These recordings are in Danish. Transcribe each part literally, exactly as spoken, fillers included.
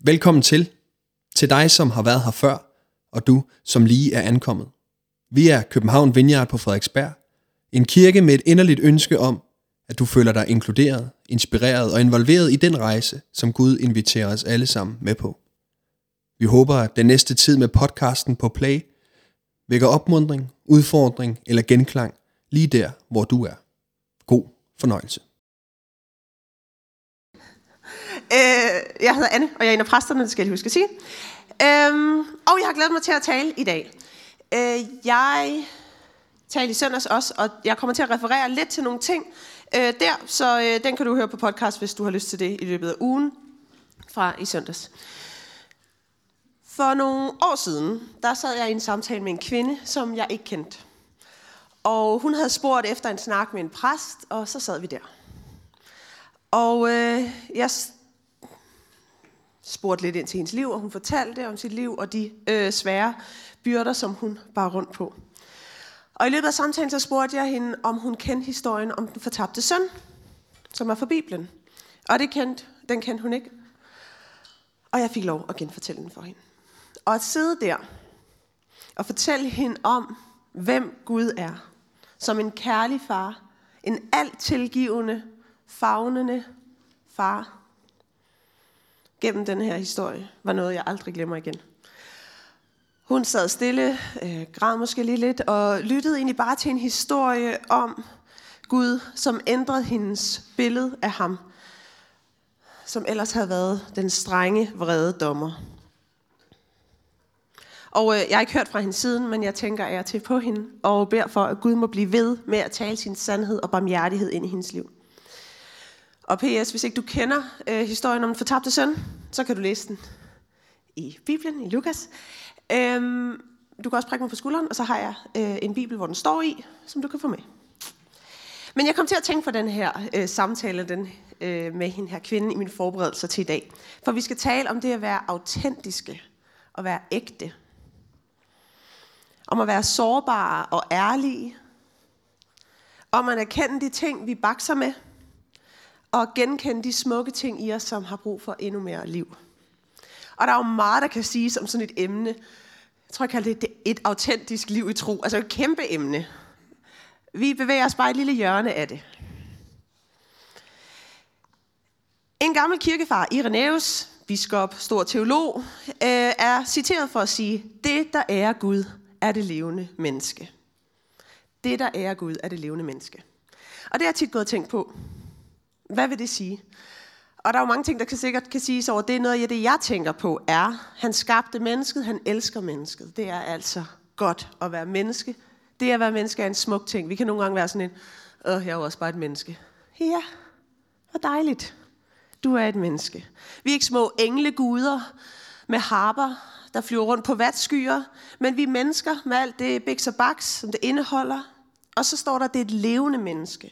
Velkommen til. Til dig, som har været her før, og du, som lige er ankommet. Vi er København Vineyard på Frederiksberg. En kirke med et inderligt ønske om, at du føler dig inkluderet, inspireret og involveret i den rejse, som Gud inviterer os alle sammen med på. Vi håber, at den næste tid med podcasten på Play vækker opmuntring, udfordring eller genklang lige der, hvor du er. God fornøjelse. Øh, jeg hedder Anne, og jeg er en af præsterne, det skal jeg huske at sige. Øhm, og jeg har glædet mig til at tale i dag. Øh, jeg talte i søndags også, og jeg kommer til at referere lidt til nogle ting øh, der, så øh, den kan du høre på podcast, hvis du har lyst til det i løbet af ugen fra i søndags. For nogle år siden, der sad jeg i en samtale med en kvinde, som jeg ikke kendte. Og hun havde spurgt efter en snak med en præst, og så sad vi der. Og øh, jeg spurgte lidt ind til hendes liv, og hun fortalte om sit liv og de øh, svære byrder, som hun bar rundt på. Og i løbet af samtalen så spurgte jeg hende, om hun kendte historien om den fortabte søn, som er fra Bibelen. Og det kendte, den kendte hun ikke. Og jeg fik lov at genfortælle den for hende. Og at sidde der og fortælle hende om, hvem Gud er, som en kærlig far, en alt tilgivende, favnende far, gennem den her historie, var noget, jeg aldrig glemmer igen. Hun sad stille, øh, græd måske lige lidt, og lyttede egentlig bare til en historie om Gud, som ændrede hendes billede af ham, som ellers havde været den strenge, vrede dommer. Og øh, jeg har ikke hørt fra hende siden, men jeg tænker jeg til på hende, og beder for, at Gud må blive ved med at tale sin sandhed og barmhjertighed ind i hendes liv. Og P S, hvis ikke du kender øh, historien om den fortabte søn, så kan du læse den i Bibelen, i Lukas. Øhm, du kan også prikke mig på skulderen, og så har jeg øh, en bibel, hvor den står i, som du kan få med. Men jeg kom til at tænke på den her øh, samtale den, øh, med hende her kvinde i min forberedelse til i dag. For vi skal tale om det at være autentiske og være ægte. Om at være sårbare og ærlige. Om at erkende de ting, vi bakser med. Og genkende de smukke ting i os, som har brug for endnu mere liv. Og der er jo meget, der kan siges om sådan et emne. Jeg tror, jeg kalder det et autentisk liv i tro. Altså et kæmpe emne. Vi bevæger os bare et lille hjørne af det. En gammel kirkefar, Irenæus, biskop, stor teolog, øh, er citeret for at sige, det, der ærer Gud, er det levende menneske. Det, der ærer Gud, er det levende menneske. Og det har jeg tit gået og tænkt på. Hvad vil det sige? Og der er jo mange ting, der kan sikkert kan siges over. Det er noget af det, jeg tænker på, er, han skabte mennesket, han elsker mennesket. Det er altså godt at være menneske. Det at være menneske er en smuk ting. Vi kan nogle gange være sådan en, åh, jeg er jo også bare et menneske. Ja, hvor dejligt. Du er et menneske. Vi er ikke små engleguder med harper, der flyver rundt på vatskyer, men vi er mennesker med alt det biks og baks, som det indeholder. Og så står der, at det er et levende menneske.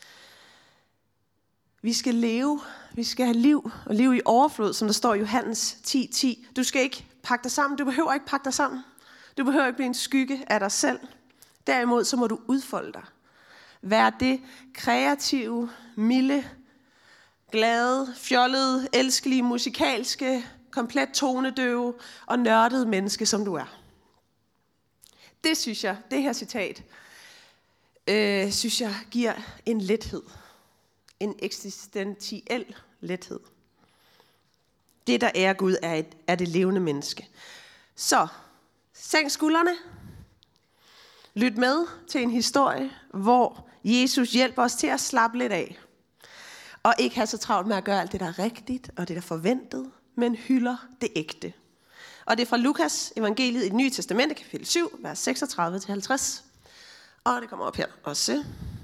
Vi skal leve, vi skal have liv, og liv i overflod, som der står i Johannes ti ti. Du skal ikke pakke dig sammen, du behøver ikke pakke dig sammen. Du behøver ikke blive en skygge af dig selv. Derimod så må du udfolde dig. Vær det kreative, milde, glade, fjollede, elskelige, musikalske, komplet tonedøve og nørdede menneske, som du er. Det synes jeg, det her citat, øh, synes jeg giver en lethed. En eksistentiel lethed. Det, der ærer Gud, er, et, er det levende menneske. Så, sænk skuldrene. Lyt med til en historie, hvor Jesus hjælper os til at slappe lidt af. Og ikke have så travlt med at gøre alt det, der er rigtigt, og det, der er forventet, men hylder det ægte. Og det er fra Lukas evangeliet i Det Nye Testamente, kapitel syv, vers seksogtredive til halvtreds. Og det kommer op her også.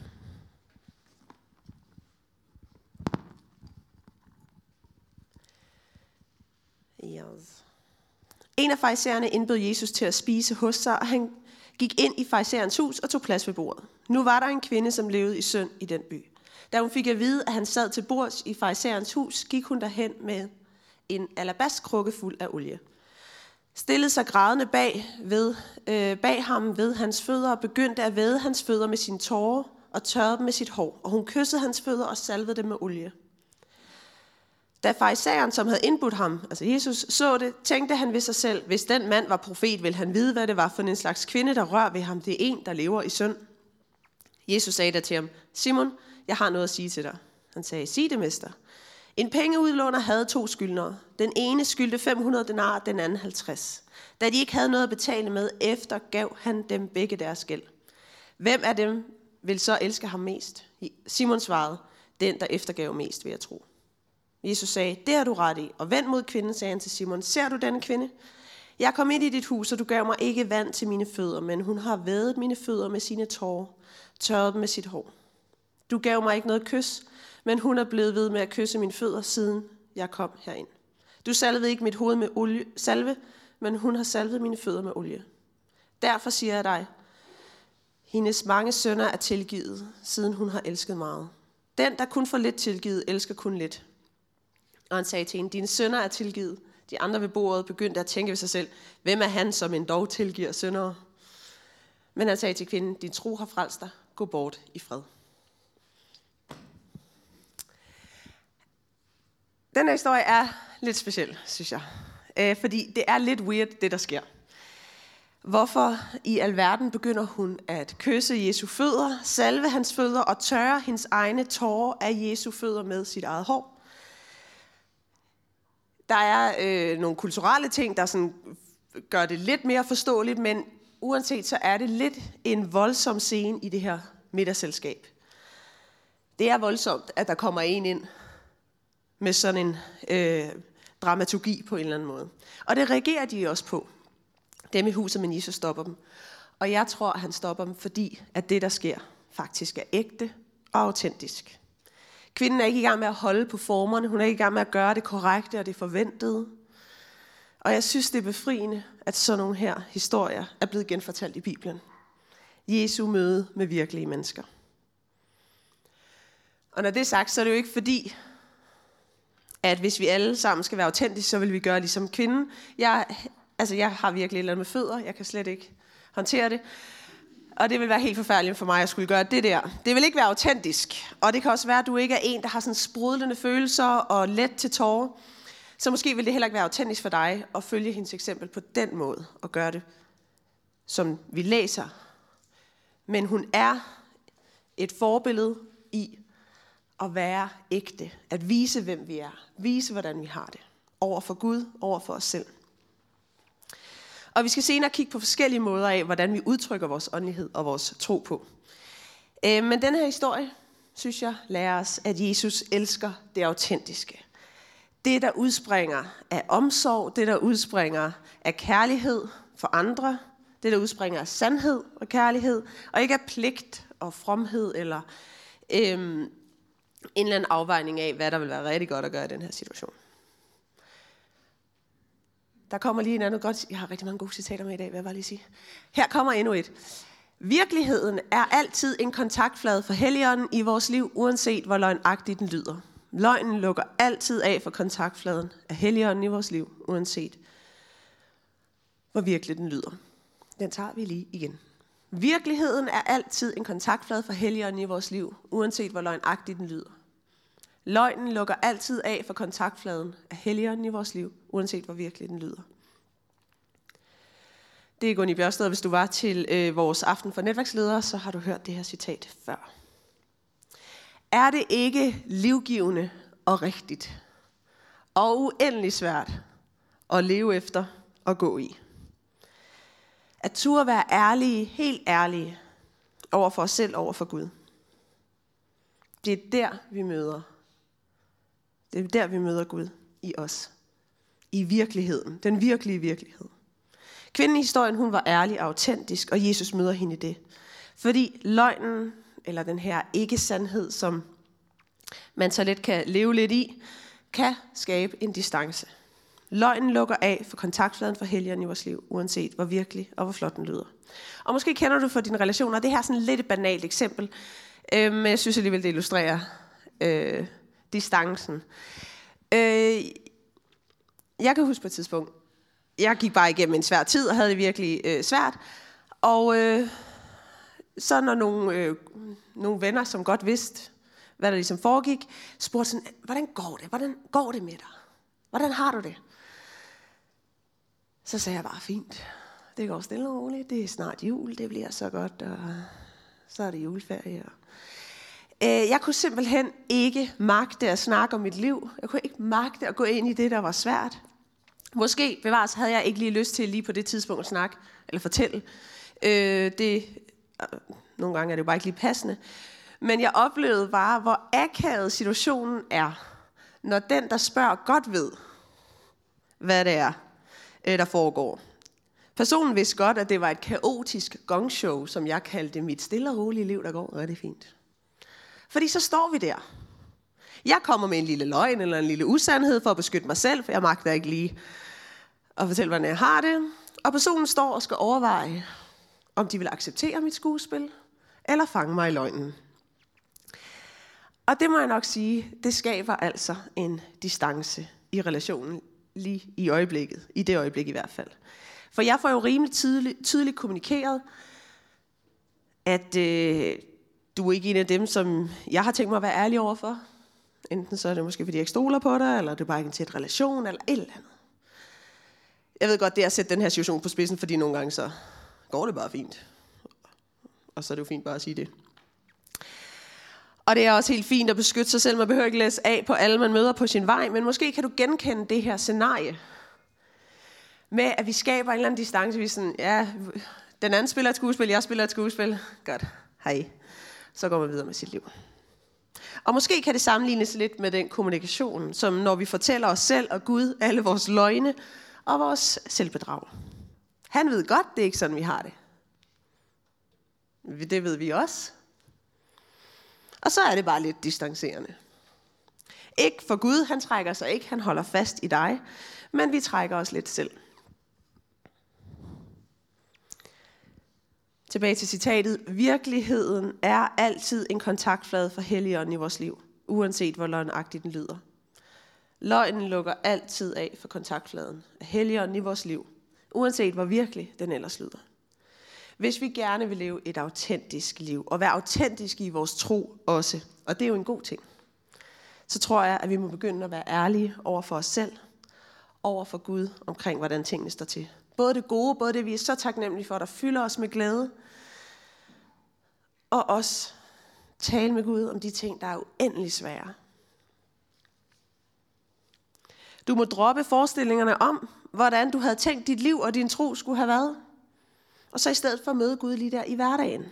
Yes. En af farisæerne indbød Jesus til at spise hos sig, og han gik ind i farisæerens hus og tog plads ved bordet. Nu var der en kvinde, som levede i synd i den by. Da hun fik at vide, at han sad til bords i farisæerens hus, gik hun derhen med en alabastkrukke fuld af olie. Stillede sig grædende bag, ved, øh, bag ham ved hans fødder og begyndte at væde hans fødder med sine tårer og tørrede dem med sit hår. Og hun kyssede hans fødder og salvede dem med olie. Da farisæeren, som havde indbudt ham, altså Jesus, så det, tænkte han ved sig selv, hvis den mand var profet, ville han vide, hvad det var for en slags kvinde, der rør ved ham. Det er en, der lever i synd. Jesus sagde da til ham, Simon, jeg har noget at sige til dig. Han sagde, sig det, mester. En pengeudlåner havde to skyldnere. Den ene skyldte fem hundrede denarer, den anden halvtreds. Da de ikke havde noget at betale med, eftergav han dem begge deres gæld. Hvem af dem vil så elske ham mest? Simon svarede, den, der eftergav mest, vil jeg tro. Jesus sagde, det har du ret i, og vend mod kvinden, sagde han til Simon, ser du denne kvinde? Jeg kom ind i dit hus, og du gav mig ikke vand til mine fødder, men hun har vædet mine fødder med sine tårer, tørret dem med sit hår. Du gav mig ikke noget kys, men hun er blevet ved med at kysse mine fødder, siden jeg kom herind. Du salvede ikke mit hoved med olie, salve, men hun har salvet mine fødder med olie. Derfor siger jeg dig, hendes mange sønner er tilgivet, siden hun har elsket meget. Den, der kun får lidt tilgivet, elsker kun lidt. Og han sagde til hende, dine sønner er tilgivet. De andre ved bordet begyndte at tænke ved sig selv, hvem er han, som en dog tilgiver syndere? Men han sagde til kvinden, din tro har frelst dig, gå bort i fred. Den her historie er lidt speciel, synes jeg. Øh, fordi det er lidt weird, det der sker. Hvorfor i alverden begynder hun at kysse Jesu fødder, salve hans fødder og tørre hendes egne tårer af Jesu fødder med sit eget hår? Der er øh, nogle kulturelle ting, der sådan gør det lidt mere forståeligt, men uanset så er det lidt en voldsom scene i det her middagsselskab. Det er voldsomt, at der kommer en ind med sådan en øh, dramaturgi på en eller anden måde. Og det reagerer de også på. Dem i huset, men Jesus stopper dem. Og jeg tror, at han stopper dem, fordi at det, der sker, faktisk er ægte og autentisk. Kvinden er ikke i gang med at holde på formerne. Hun er ikke i gang med at gøre det korrekte og det forventede. Og jeg synes, det er befriende, at sådan nogle her historier er blevet genfortalt i Bibelen. Jesu møde med virkelige mennesker. Og når det er sagt, så er det jo ikke fordi, at hvis vi alle sammen skal være autentiske, så vil vi gøre ligesom kvinden. Jeg, altså jeg har virkelig et eller andet med fødder. Jeg kan slet ikke håndtere det. Og det vil være helt forfærdeligt for mig at skulle gøre det der. Det vil ikke være autentisk. Og det kan også være, at du ikke er en, der har sådan sprudlende følelser og let til tårer. Så måske vil det heller ikke være autentisk for dig at følge hendes eksempel på den måde og gøre det, som vi læser. Men hun er et forbillede i at være ægte. At vise, hvem vi er. Vise, hvordan vi har det. Over for Gud, over for os selv. Og vi skal senere kigge på forskellige måder af, hvordan vi udtrykker vores åndelighed og vores tro på. Men den her historie, synes jeg, lærer os, at Jesus elsker det autentiske. Det, der udspringer af omsorg, det, der udspringer af kærlighed for andre, det, der udspringer af sandhed og kærlighed, og ikke af pligt og fromhed, eller øhm, en eller anden afvejning af, hvad der vil være rigtig godt at gøre i den her situation. Der kommer lige en anden godt. Jeg har rigtig mange gode citater med i dag, hvad jeg bare lige sige. Her kommer endnu et. Virkeligheden er altid en kontaktflade for Helligånden i vores liv, uanset hvor løgnagtigt den lyder. Løgnen lukker altid af for kontaktfladen af Helligånden i vores liv, uanset hvor virkelig den lyder. Den tager vi lige igen. Virkeligheden er altid en kontaktflade for Helligånden i vores liv, uanset hvor løgnagtigt den lyder. Løgnen lukker altid af for kontaktfladen af Helligånden i vores liv, uanset hvor virkelig den lyder. Det er Gunni Bjørsted, hvis du var til øh, vores aften for netværksledere, så har du hørt det her citat før. Er det ikke livgivende og rigtigt, og uendelig svært at leve efter og gå i? At turde være ærlige, helt ærlige, over for os selv, over for Gud. Det er der, vi møder. Det er der, vi møder Gud i os. I virkeligheden. Den virkelige virkelighed. Kvinden i historien, hun var ærlig og autentisk, og Jesus møder hende i det. Fordi løgnen, eller den her ikke-sandhed, som man så let kan leve lidt i, kan skabe en distance. Løgnen lukker af for kontaktfladen for Helligånden i vores liv, uanset hvor virkelig og hvor flot den lyder. Og måske kender du for dine relationer, det her er sådan lidt et banalt eksempel, øh, men jeg synes alligevel, det illustrerer øh, distancen. Øh, jeg kan huske på et tidspunkt, jeg gik bare igennem en svær tid og havde det virkelig øh, svært, og øh, så når nogle, øh, nogle venner, som godt vidste, hvad der ligesom foregik, spurgte sådan, hvordan går det? Hvordan går det med dig? Hvordan har du det? Så sagde jeg bare, fint. Det går stille og roligt. Det er snart jul, det bliver så godt, og så er det juleferie. Og jeg kunne simpelthen ikke magte at snakke om mit liv. Jeg kunne ikke magte at gå ind i det, der var svært. Måske bevares havde jeg ikke lige lyst til lige på det tidspunkt at snakke eller fortælle. Øh, det, nogle gange er det jo bare ikke lige passende. Men jeg oplevede bare, hvor akavet situationen er, når den, der spørger, godt ved, hvad det er, der foregår. Personen vidste godt, at det var et kaotisk gongshow, som jeg kaldte mit stille og rolige liv, der går rigtig fint. Fordi så står vi der. Jeg kommer med en lille løgn eller en lille usandhed for at beskytte mig selv, for jeg magter ikke lige at fortælle, hvordan jeg har det. Og personen står og skal overveje, om de vil acceptere mit skuespil, eller fange mig i løgnen. Og det må jeg nok sige, det skaber altså en distance i relationen, lige i øjeblikket, i det øjeblik i hvert fald. For jeg får jo rimelig tydeligt, tydeligt kommunikeret, at øh, du er ikke en af dem, som jeg har tænkt mig at være ærlig overfor. Enten så er det måske, fordi jeg ikke stoler på dig, eller det er bare ikke en tæt relation, eller et eller andet. Jeg ved godt, det er at sætte den her situation på spidsen, fordi nogle gange så går det bare fint. Og så er det jo fint bare at sige det. Og det er også helt fint at beskytte sig selv. Man behøver ikke læse af på alle, man møder på sin vej, men måske kan du genkende det her scenarie. Med at vi skaber en eller anden distance. Vi er sådan, ja, den anden spiller et skuespil, jeg spiller et skuespil. Godt, hej. Så går man videre med sit liv. Og måske kan det sammenlignes lidt med den kommunikation, som når vi fortæller os selv og Gud alle vores løgne og vores selvbedrag. Han ved godt, det er ikke sådan, vi har det. Det ved vi også. Og så er det bare lidt distancerende. Ikke for Gud, han trækker sig ikke, han holder fast i dig, men vi trækker os lidt selv. Tilbage til citatet. Virkeligheden er altid en kontaktflade for Helligånden i vores liv, uanset hvor løgnagtigt den lyder. Løgnen lukker altid af for kontaktfladen af Helligånden i vores liv, uanset hvor virkelig den ellers lyder. Hvis vi gerne vil leve et autentisk liv, og være autentiske i vores tro også, og det er jo en god ting, så tror jeg, at vi må begynde at være ærlige over for os selv, over for Gud, omkring hvordan tingene står til. Både det gode, både det vi er så taknemmelige for, der fylder os med glæde, og også tale med Gud om de ting, der er uendelig svære. Du må droppe forestillingerne om, hvordan du havde tænkt dit liv og din tro skulle have været. Og så i stedet for at møde Gud lige der i hverdagen.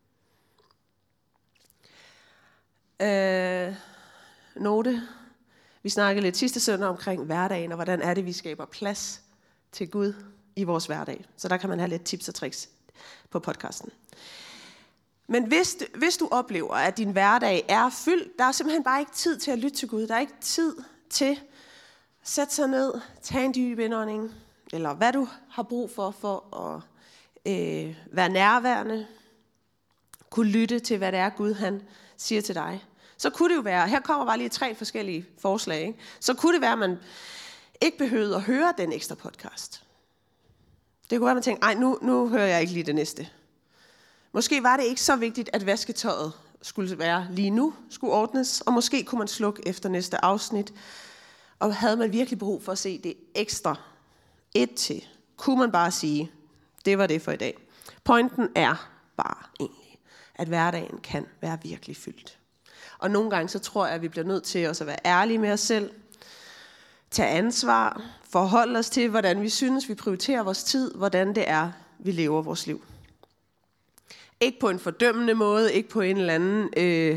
Øh, note. Vi snakkede lidt sidste søndag omkring hverdagen, og hvordan er det, vi skaber plads til Gud i vores hverdag. Så der kan man have lidt tips og tricks på podcasten. Men hvis, hvis du oplever, at din hverdag er fyldt, der er simpelthen bare ikke tid til at lytte til Gud. Der er ikke tid til at sætte sig ned, tage en dyb indånding, eller hvad du har brug for, for at øh, være nærværende, kunne lytte til, hvad det er, Gud han siger til dig. Så kunne det jo være, her kommer bare lige tre forskellige forslag, ikke? Så kunne det være, at man ikke behøvede at høre den ekstra podcast. Det kunne være, at man tænkte, ej, nu, nu hører jeg ikke lige det næste. Måske var det ikke så vigtigt, at vasketøjet skulle være lige nu, skulle ordnes, og måske kunne man slukke efter næste afsnit. Og havde man virkelig brug for at se det ekstra et til, kunne man bare sige, det var det for i dag. Pointen er bare egentlig, at hverdagen kan være virkelig fyldt. Og nogle gange så tror jeg, at vi bliver nødt til også at være ærlige med os selv, tage ansvar, forholde os til, hvordan vi synes, vi prioriterer vores tid, hvordan det er, vi lever vores liv. Ikke på en fordømmende måde, ikke på en eller anden øh,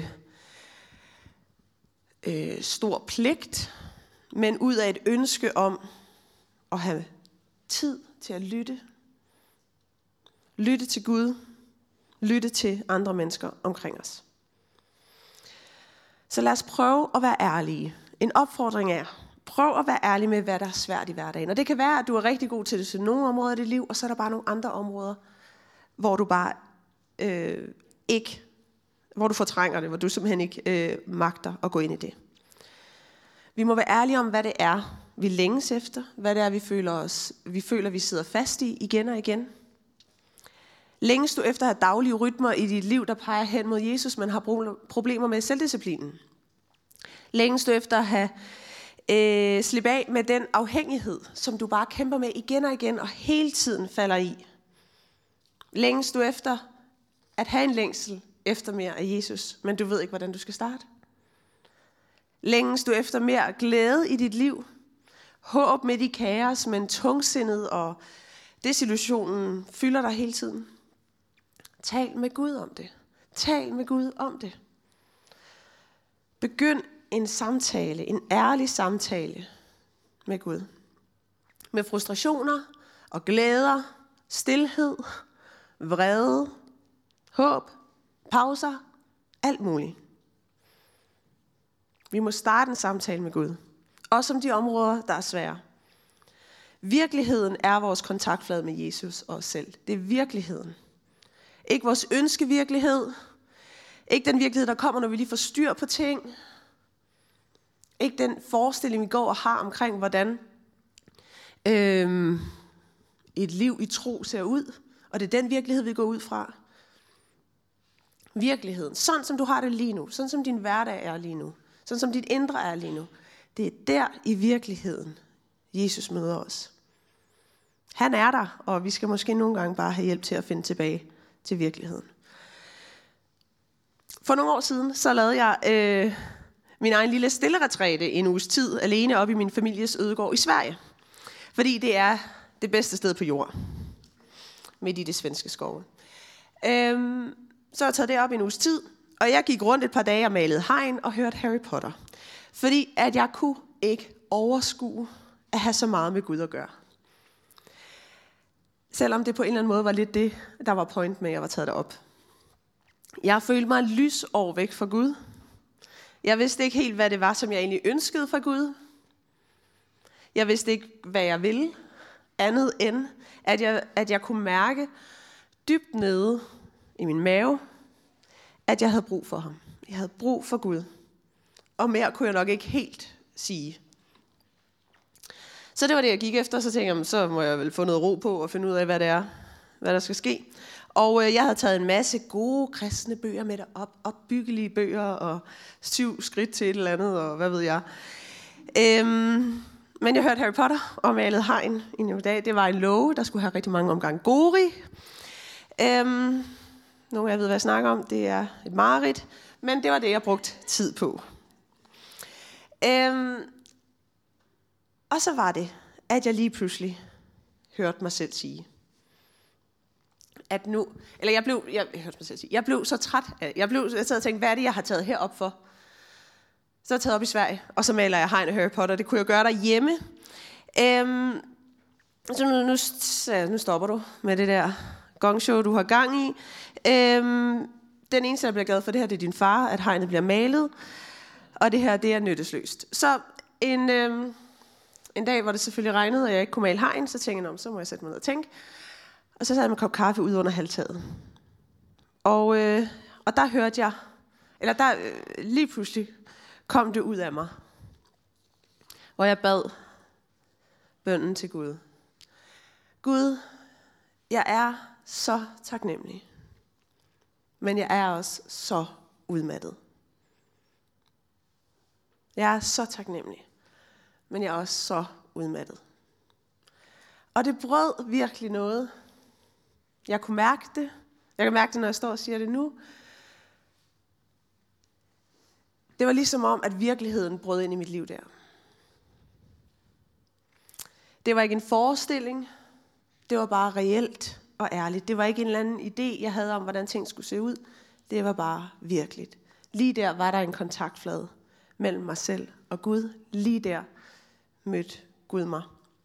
øh, stor pligt, men ud af et ønske om at have tid til at lytte. Lytte til Gud. Lytte til andre mennesker omkring os. Så lad os prøve at være ærlige. En opfordring er, prøv at være ærlig med, hvad der er svært i hverdagen. Og det kan være, at du er rigtig god til det til nogle områder af dit liv, og så er der bare nogle andre områder, hvor du bare øh, ikke, hvor du fortrænger det, hvor du simpelthen ikke øh, magter at gå ind i det. Vi må være ærlige om, hvad det er, vi længes efter, hvad det er, vi føler, os, vi føler, vi sidder fast i igen og igen. Længes du efter at have daglige rytmer i dit liv, der peger hen mod Jesus, men har problemer med selvdisciplinen? Længes du efter at have øh, slippe af med den afhængighed, som du bare kæmper med igen og igen, og hele tiden falder i? Længes du efter at have en længsel efter mere af Jesus, men du ved ikke, hvordan du skal starte? Længes du efter mere glæde i dit liv? Håb midt i kaos, men tungsindet og desillusionen fylder dig hele tiden? Tal med Gud om det. Tal med Gud om det. Begynd en samtale, en ærlig samtale med Gud. Med frustrationer og glæder, stilhed, vrede, håb, pauser, alt muligt. Vi må starte en samtale med Gud. Også om de områder, der er svære. Virkeligheden er vores kontaktflade med Jesus og os selv. Det er virkeligheden. Ikke vores ønskevirkelighed. Ikke den virkelighed, der kommer, når vi lige får styr på ting. Ikke den forestilling, vi går og har omkring, hvordan øhm, et liv i tro ser ud. Og det er den virkelighed, vi går ud fra. Virkeligheden. Sådan som du har det lige nu. Sådan som din hverdag er lige nu. Sådan som dit indre er lige nu. Det er der i virkeligheden, Jesus møder os. Han er der, og vi skal måske nogle gange bare have hjælp til at finde tilbage til virkeligheden. For nogle år siden, så lavede jeg øh, min egen lille stilleretræte en uges tid, alene op i min families ødegård i Sverige. Fordi det er det bedste sted på jord, midt i det svenske skove. Øhm, så har jeg taget det op i en uges tid, og jeg gik rundt et par dage og malede hegn og hørte Harry Potter. Fordi at jeg kunne ikke overskue at have så meget med Gud at gøre. Selvom det på en eller anden måde var lidt det, der var point med, at jeg var taget derop. Jeg følte mig lys over væk fra Gud. Jeg vidste ikke helt, hvad det var, som jeg egentlig ønskede fra Gud. Jeg vidste ikke, hvad jeg ville. Andet end, at jeg, at jeg kunne mærke dybt nede i min mave, at jeg havde brug for ham. Jeg havde brug for Gud. Og mere kunne jeg nok ikke helt sige. Så det var det, jeg gik efter. Så tænkte jeg, så må jeg vel få noget ro på og finde ud af, hvad det er, hvad der skal ske. Og øh, jeg havde taget en masse gode kristne bøger med derop. Opbyggelige bøger og syv skridt til et eller andet, og hvad ved jeg. Øhm, men jeg hørte Harry Potter og malede hegn i en dag. Det var en låge, der skulle have rigtig mange omgange gori. Øhm, nogle af jer ved, hvad jeg snakker om. Det er et mareridt. Men det var det, jeg brugte tid på. Øhm, og så var det, at jeg lige pludselig hørte mig selv sige, at nu, eller jeg blev, jeg, jeg hørte mig selv sige, jeg blev så træt af, jeg blev, jeg sad og tænkte, hvad er det, jeg har taget herop for? Så er jeg taget op i Sverige, og så maler jeg hegn af Harry Potter. Det kunne jeg gøre derhjemme. Øhm, så nu, nu, nu stopper du med det der gongshow, du har gang i. Øhm, den eneste, der bliver glad for det her, det er din far, at hegnet bliver malet. Og det her, det er nyttesløst. Så en, øhm, en dag, hvor det selvfølgelig regnede, og jeg ikke kunne male hegn, så tænkte jeg, så må jeg sætte mig ned og tænke. Og så sad jeg med en kop kaffe ud under halvtaget. Og, øh, og der hørte jeg, eller der øh, lige pludselig kom det ud af mig. Hvor jeg bad bønnen til Gud. Gud, jeg er så taknemmelig. Men jeg er også så udmattet. Jeg er så taknemmelig. Men jeg er også så udmattet. Og det brød virkelig noget. Jeg kunne mærke det. Jeg kan mærke det, når jeg står og siger det nu. Det var ligesom om, at virkeligheden brød ind i mit liv der. Det var ikke en forestilling. Det var bare reelt og ærligt. Det var ikke en eller anden idé, jeg havde om, hvordan ting skulle se ud. Det var bare virkeligt. Lige der var der en kontaktflade mellem mig selv og Gud. Lige der mødte Gud mig.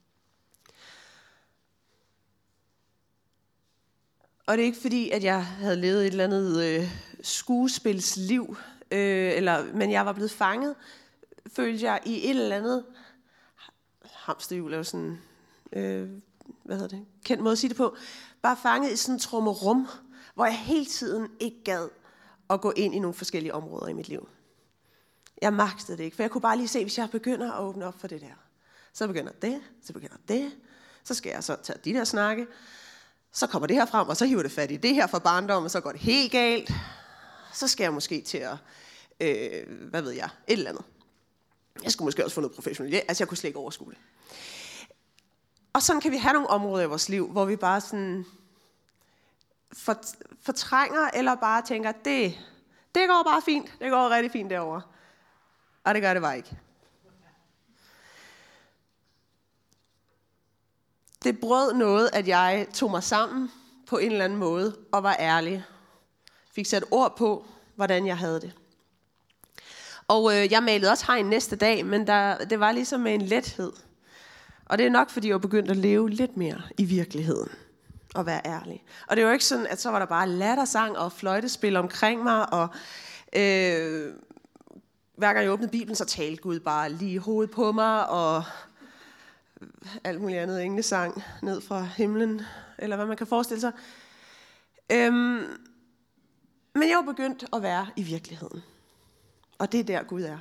Og det er ikke fordi, at jeg havde levet et eller andet øh, skuespilsliv, øh, eller, men jeg var blevet fanget, følte jeg, i et eller andet hamsterhjul, eller sådan, øh, hvad hedder det, kendt måde at sige det på, bare fanget i sådan en trummerum, hvor jeg hele tiden ikke gad at gå ind i nogle forskellige områder i mit liv. Jeg magtede det ikke, for jeg kunne bare lige se, hvis jeg begynder at åbne op for det der, så begynder det, så begynder det, så skal jeg så tage de der snakke, Så kommer det her frem, og så hiver det fat i det her fra barndommen, og så går det helt galt. Så skal jeg måske til at, øh, hvad ved jeg, et eller andet. Jeg skulle måske også få noget professionelt. Altså, jeg kunne slet ikke overskue det. Og sådan kan vi have nogle områder i vores liv, hvor vi bare sådan fortrænger, eller bare tænker, det, det går bare fint. Det går rigtig fint derovre. Og det gør det bare ikke. Det brød noget, at jeg tog mig sammen på en eller anden måde, og var ærlig. Fik sat ord på, hvordan jeg havde det. Og øh, jeg malede også hegn næste dag, men der, det var ligesom med en lethed. Og det er nok, fordi jeg var begyndt at leve lidt mere i virkeligheden. Og være ærlig. Og det var ikke sådan, at så var der bare lattersang og fløjtespil omkring mig. Og øh, hver gang jeg åbnede Bibelen, så talte Gud bare lige i hovedet på mig. Og alt muligt andet englesang ned fra himlen. Eller hvad man kan forestille sig. Øhm, men jeg var begyndt at være i virkeligheden. Og det er der Gud er.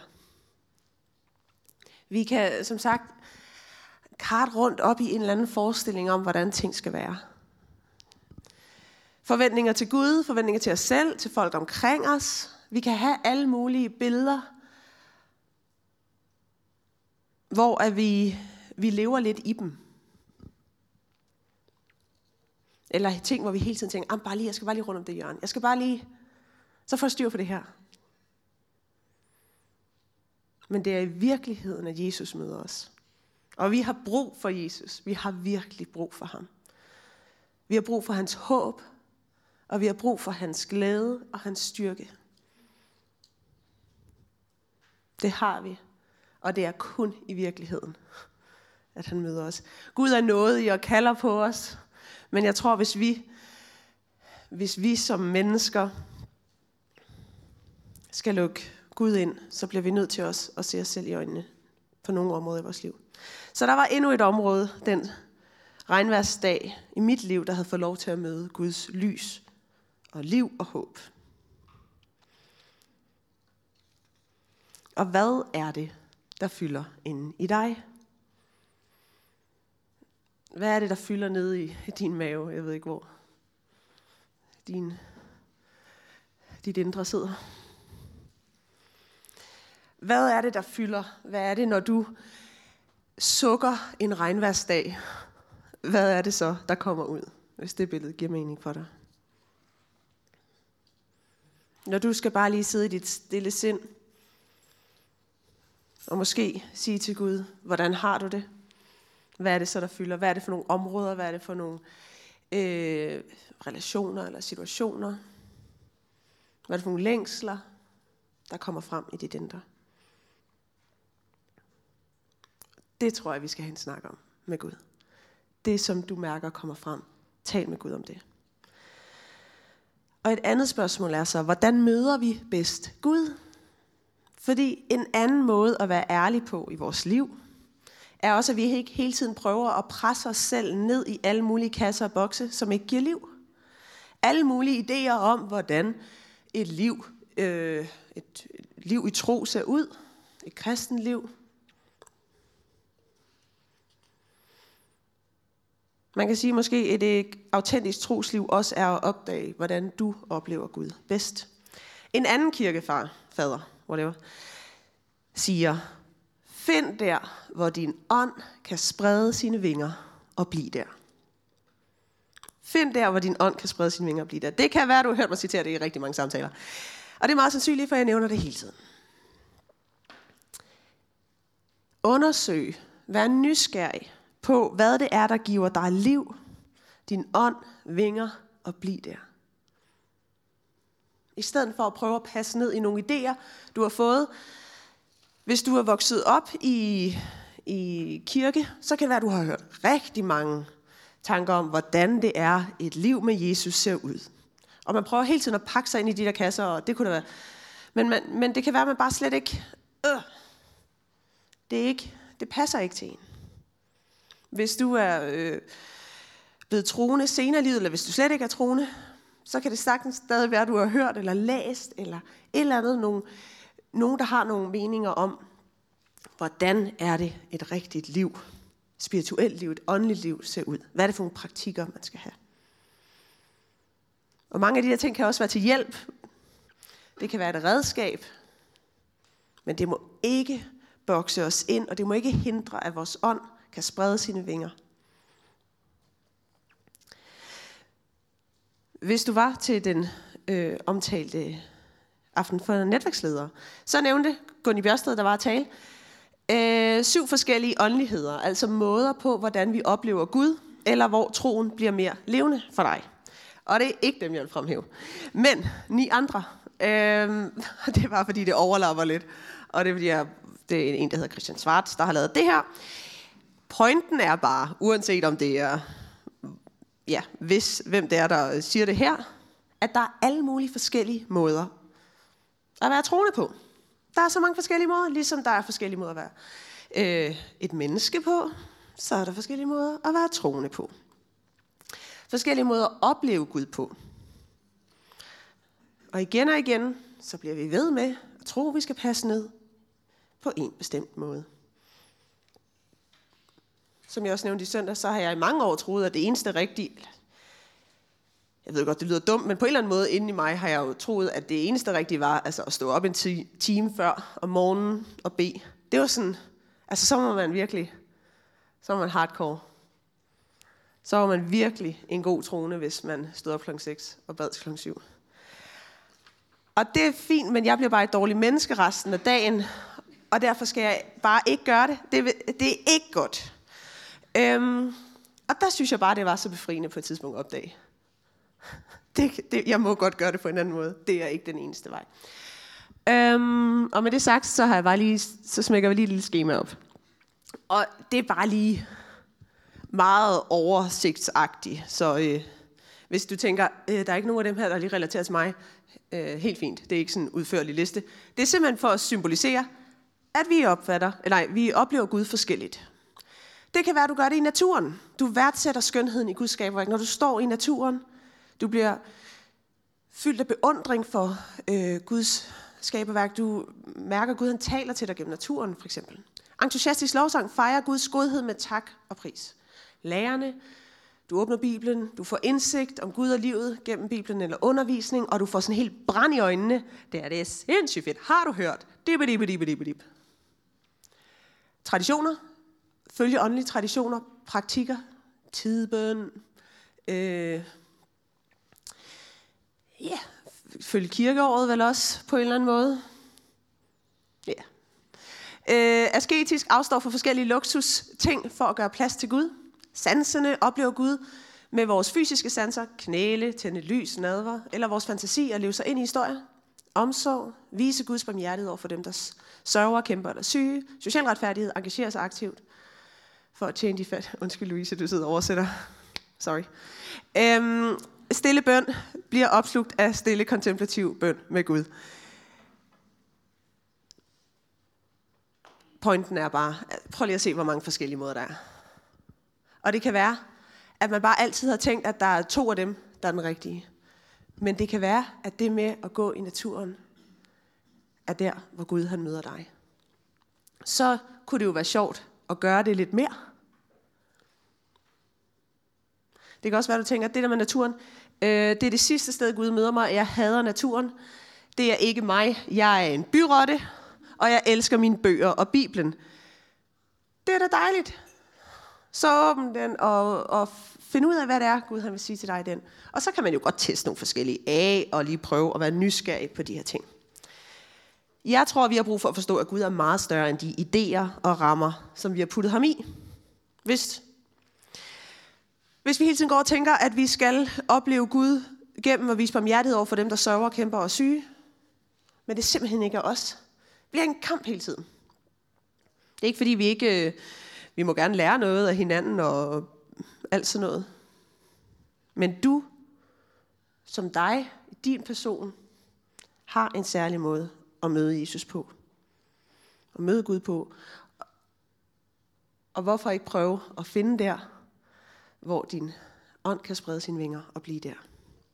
Vi kan som sagt karte rundt op i en eller anden forestilling om, hvordan ting skal være. Forventninger til Gud, forventninger til os selv, til folk omkring os. Vi kan have alle mulige billeder, hvor at vi, vi lever lidt i dem. Eller ting, hvor vi hele tiden tænker, bare lige, jeg skal bare lige rundt om det hjørne. Jeg skal bare lige, så får jeg styr på det her. Men det er i virkeligheden, at Jesus møder os. Og vi har brug for Jesus. Vi har virkelig brug for ham. Vi har brug for hans håb. Og vi har brug for hans glæde og hans styrke. Det har vi. Og det er kun i virkeligheden, at han møder os. Gud er nådig og kalder på os. Men jeg tror, hvis vi, hvis vi som mennesker skal lukke Gud ind, så bliver vi nødt til os at se os selv i øjnene på nogle områder i vores liv. Så der var endnu et område, den regnværsdag i mit liv, der havde fået lov til at møde Guds lys og liv og håb. Og hvad er det, der fylder inde i dig? Hvad er det, der fylder nede i din mave? Jeg ved ikke hvor. Din, dit indre sidder. Hvad er det, der fylder? Hvad er det, når du sukker en regnværsdag? Hvad er det så, der kommer ud, hvis det billede giver mening for dig? Når du skal bare lige sidde i dit stille sind, og måske sige til Gud, hvordan har du det? Hvad er det så, der fylder? Hvad er det for nogle områder? Hvad er det for nogle øh, relationer eller situationer? Hvad er det for nogle længsler, der kommer frem i dit indre? Det tror jeg, vi skal have en snak om med Gud. Det, som du mærker kommer frem. Tal med Gud om det. Og et andet spørgsmål er så, hvordan møder vi bedst Gud? Fordi en anden måde at være ærlig på i vores liv, er også, at vi ikke hele tiden prøver at presse os selv ned i alle mulige kasser og bokse, som ikke giver liv. Alle mulige idéer om, hvordan et liv, øh, et liv i tro ser ud. Et kristent liv. Man kan sige måske, at et autentisk trosliv også er at opdage, hvordan du oplever Gud bedst. En anden kirkefar, fader, whatever, siger, find der, hvor din ånd kan sprede sine vinger og blive der. Find der, hvor din ånd kan sprede sine vinger og blive der. Det kan være, at du har hørt mig citere det i rigtig mange samtaler. Og det er meget sandsynligt, for jeg nævner det hele tiden. Undersøg, vær nysgerrig på, hvad det er, der giver dig liv, din ånd, vinger og blive der. I stedet for at prøve at passe ned i nogle idéer, du har fået. Hvis du er vokset op i, i kirke, så kan det være, at du har hørt rigtig mange tanker om, hvordan det er, et liv med Jesus ser ud. Og man prøver hele tiden at pakke sig ind i de der kasser, og det kunne det være. Men, man, men det kan være, at man bare slet ikke... Øh, det, er ikke det passer ikke til en. Hvis du er øh, blevet troende senere i livet, eller hvis du slet ikke er troende, så kan det sagtens stadig være, at du har hørt eller læst, eller et eller andet, nogen, nogen der har nogle meninger om, hvordan er det et rigtigt liv, spirituelt liv, et åndeligt liv ser ud. Hvad er det for nogle praktikker, man skal have? Og mange af de her ting kan også være til hjælp. Det kan være et redskab. Men det må ikke bokse os ind, og det må ikke hindre, at vores ånd kan sprede sine vinger. Hvis du var til den øh, omtalte aften for netværksledere, så nævnte Gunni Bjørsted, der var at tale, øh, syv forskellige åndeligheder, altså måder på, hvordan vi oplever Gud, eller hvor troen bliver mere levende for dig. Og det er ikke dem, jeg vil fremhæve. Men ni andre. Øh, det er bare fordi, det overlapper lidt. Og det er fordi, jeg, det er en, der hedder Christian Schwartz, der har lavet det her. Pointen er bare, uanset om det er, ja, hvis, hvem det er, der siger det her, at der er alle mulige forskellige måder at være troende på. Der er så mange forskellige måder, ligesom der er forskellige måder at være øh, et menneske på, så er der forskellige måder at være troende på. Forskellige måder at opleve Gud på. Og igen og igen, så bliver vi ved med at tro, at vi skal passe ned på en bestemt måde. Som jeg også nævnte i søndag, så har jeg i mange år troet, at det eneste rigtige, jeg ved godt, det lyder dumt, men på en eller anden måde inde i mig har jeg jo troet, at det eneste rigtige var altså at stå op en time før om morgenen og bede. Det var sådan, altså så var man virkelig, så var man hardcore. Så var man virkelig en god troende, hvis man stod op klokken seks og bad til klokken syv. Og det er fint, men jeg bliver bare et dårligt menneske resten af dagen, og derfor skal jeg bare ikke gøre det. Det, det er ikke godt. Øhm, og der synes jeg bare, det var så befriende på et tidspunkt at opdage. Det, det, jeg må godt gøre det på en anden måde. Det er ikke den eneste vej. Øhm, og med det sagt, så har jeg bare lige, så smækker vi lige et lille skema op. Og det er bare lige meget oversigtsagtigt. Så øh, hvis du tænker, øh, der er ikke nogen af dem her, der lige relaterer til mig, øh, helt fint. Det er ikke sådan en udførlig liste. Det er simpelthen for at symbolisere, at vi opfatter, eller nej, vi oplever Gud forskelligt. Det kan være, at du gør det i naturen. Du værdsætter skønheden i Guds skaberværk. Når du står i naturen, du bliver fyldt af beundring for øh, Guds skaberværk. Du mærker, at Gud han taler til dig gennem naturen, for eksempel. Entusiastisk lovsang fejrer Guds godhed med tak og pris. Lærerne, du åbner Bibelen, du får indsigt om Gud og livet gennem Bibelen eller undervisning, og du får sådan helt brand i øjnene. Det er det sindssygt fedt. Har du hørt? Dip, dip, dip, dip, dip. Traditioner. Følge åndelige traditioner, praktikker, tidbøn, øh, ja, følge kirkeåret vel også på en eller anden måde. Ja. Øh, asketisk afstår for forskellige luksus ting for at gøre plads til Gud. Sanserne oplever Gud med vores fysiske sanser, knæle, tænde lys, nadver, eller vores fantasi at leve sig ind i historier. Omsorg, vise Guds barmhjertighed over for dem, der sørger, kæmper eller syge. Social retfærdighed, engagere sig aktivt for at tjene de fat. Undskyld Louise, du sidder og oversætter. Sorry. Øhm, stille bøn bliver opslugt af stille kontemplativ bøn med Gud. Pointen er bare, prøv lige at se, hvor mange forskellige måder der er. Og det kan være, at man bare altid har tænkt, at der er to af dem, der er den rigtige. Men det kan være, at det med at gå i naturen, er der, hvor Gud han møder dig. Så kunne det jo være sjovt at gøre det lidt mere. Det kan også være, at du tænker, at det der med naturen, øh, det er det sidste sted, Gud møder mig. Jeg hader naturen. Det er ikke mig. Jeg er en byrotte, og jeg elsker mine bøger og Bibelen. Det er da dejligt. Så åbn den og, og find ud af, hvad det er, Gud han vil sige til dig i den. Og så kan man jo godt teste nogle forskellige af, og lige prøve at være nysgerrig på de her ting. Jeg tror, vi har brug for at forstå, at Gud er meget større end de idéer og rammer, som vi har puttet ham i. Hvis, hvis vi hele tiden går og tænker, at vi skal opleve Gud gennem at vise barmhjertighed over for dem, der sørger, kæmper og er syge, men det er simpelthen ikke os. Det bliver en kamp hele tiden. Det er ikke, fordi vi ikke... Vi må gerne lære noget af hinanden og alt sådan noget. Men du, som dig, din person, har en særlig måde at møde Jesus på. At møde Gud på. Og hvorfor ikke prøve at finde der, hvor din ånd kan sprede sine vinger og blive der.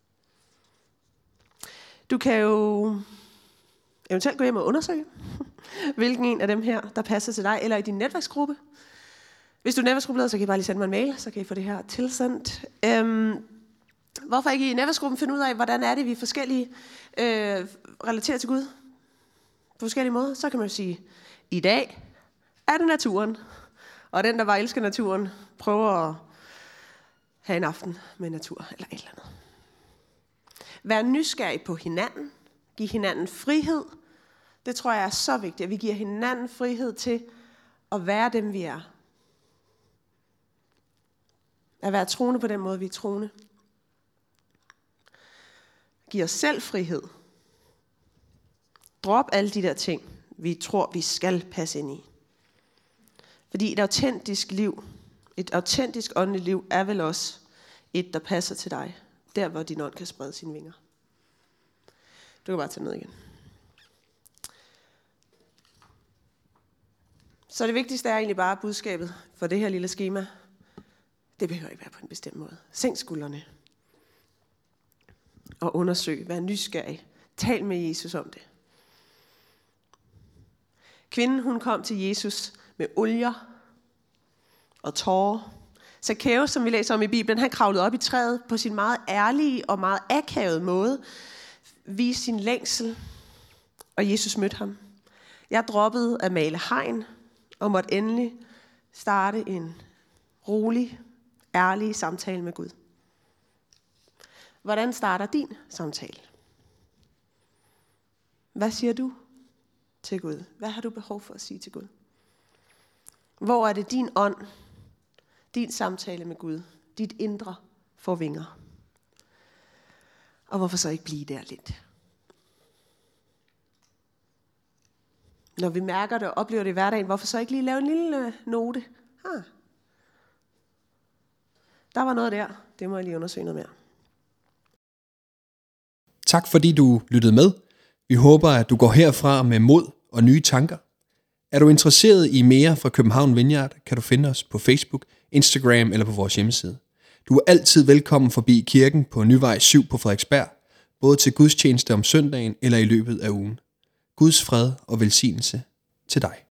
Du kan jo eventuelt gå hjem og undersøge, hvilken en af dem her, der passer til dig, eller i din netværksgruppe. Hvis du er netværksgruppeleder, så kan I bare lige sende mig en mail, så kan I få det her tilsendt. Øhm, Hvorfor ikke i netværksgruppen finde ud af, hvordan er det, vi er forskellige øh, relaterer til Gud på forskellige måder? Så kan man jo sige, i dag er det naturen. Og den, der bare elsker naturen, prøver at have en aften med natur eller et eller andet. Vær nysgerrig på hinanden. Giv hinanden frihed. Det tror jeg er så vigtigt, at vi giver hinanden frihed til at være dem, vi er. At være troende på den måde, vi er troende. Giv os selv frihed. Drop alle de der ting, vi tror, vi skal passe ind i. Fordi et autentisk liv, et autentisk åndeligt liv, er vel også et, der passer til dig. Der, hvor din ånd kan sprede sine vinger. Du kan bare tage ned igen. Så det vigtigste er egentlig bare budskabet for det her lille skema. Det behøver ikke være på en bestemt måde. Sænk skuldrene. Og undersøg. Vær nysgerrig. Tal med Jesus om det. Kvinden, hun kom til Jesus med olier og tårer. Zakæus, som vi læser om i Bibelen, han kravlede op i træet på sin meget ærlige og meget akavede måde. Viste sin længsel. Og Jesus mødte ham. Jeg droppede at male hegn og måtte endelig starte en rolig, ærlig samtale med Gud. Hvordan starter din samtale? Hvad siger du til Gud? Hvad har du behov for at sige til Gud? Hvor er det din ånd, din samtale med Gud, dit indre får vinger? Og hvorfor så ikke blive der lidt? Når vi mærker det og oplever det i hverdagen, hvorfor så ikke lige lave en lille note? Ah. Der var noget der. Det må jeg lige undersøge noget mere. Tak fordi du lyttede med. Vi håber, at du går herfra med mod og nye tanker. Er du interesseret i mere fra København Vineyard, kan du finde os på Facebook, Instagram eller på vores hjemmeside. Du er altid velkommen forbi kirken på Nyvej syv på Frederiksberg, både til gudstjeneste om søndagen eller i løbet af ugen. Guds fred og velsignelse til dig.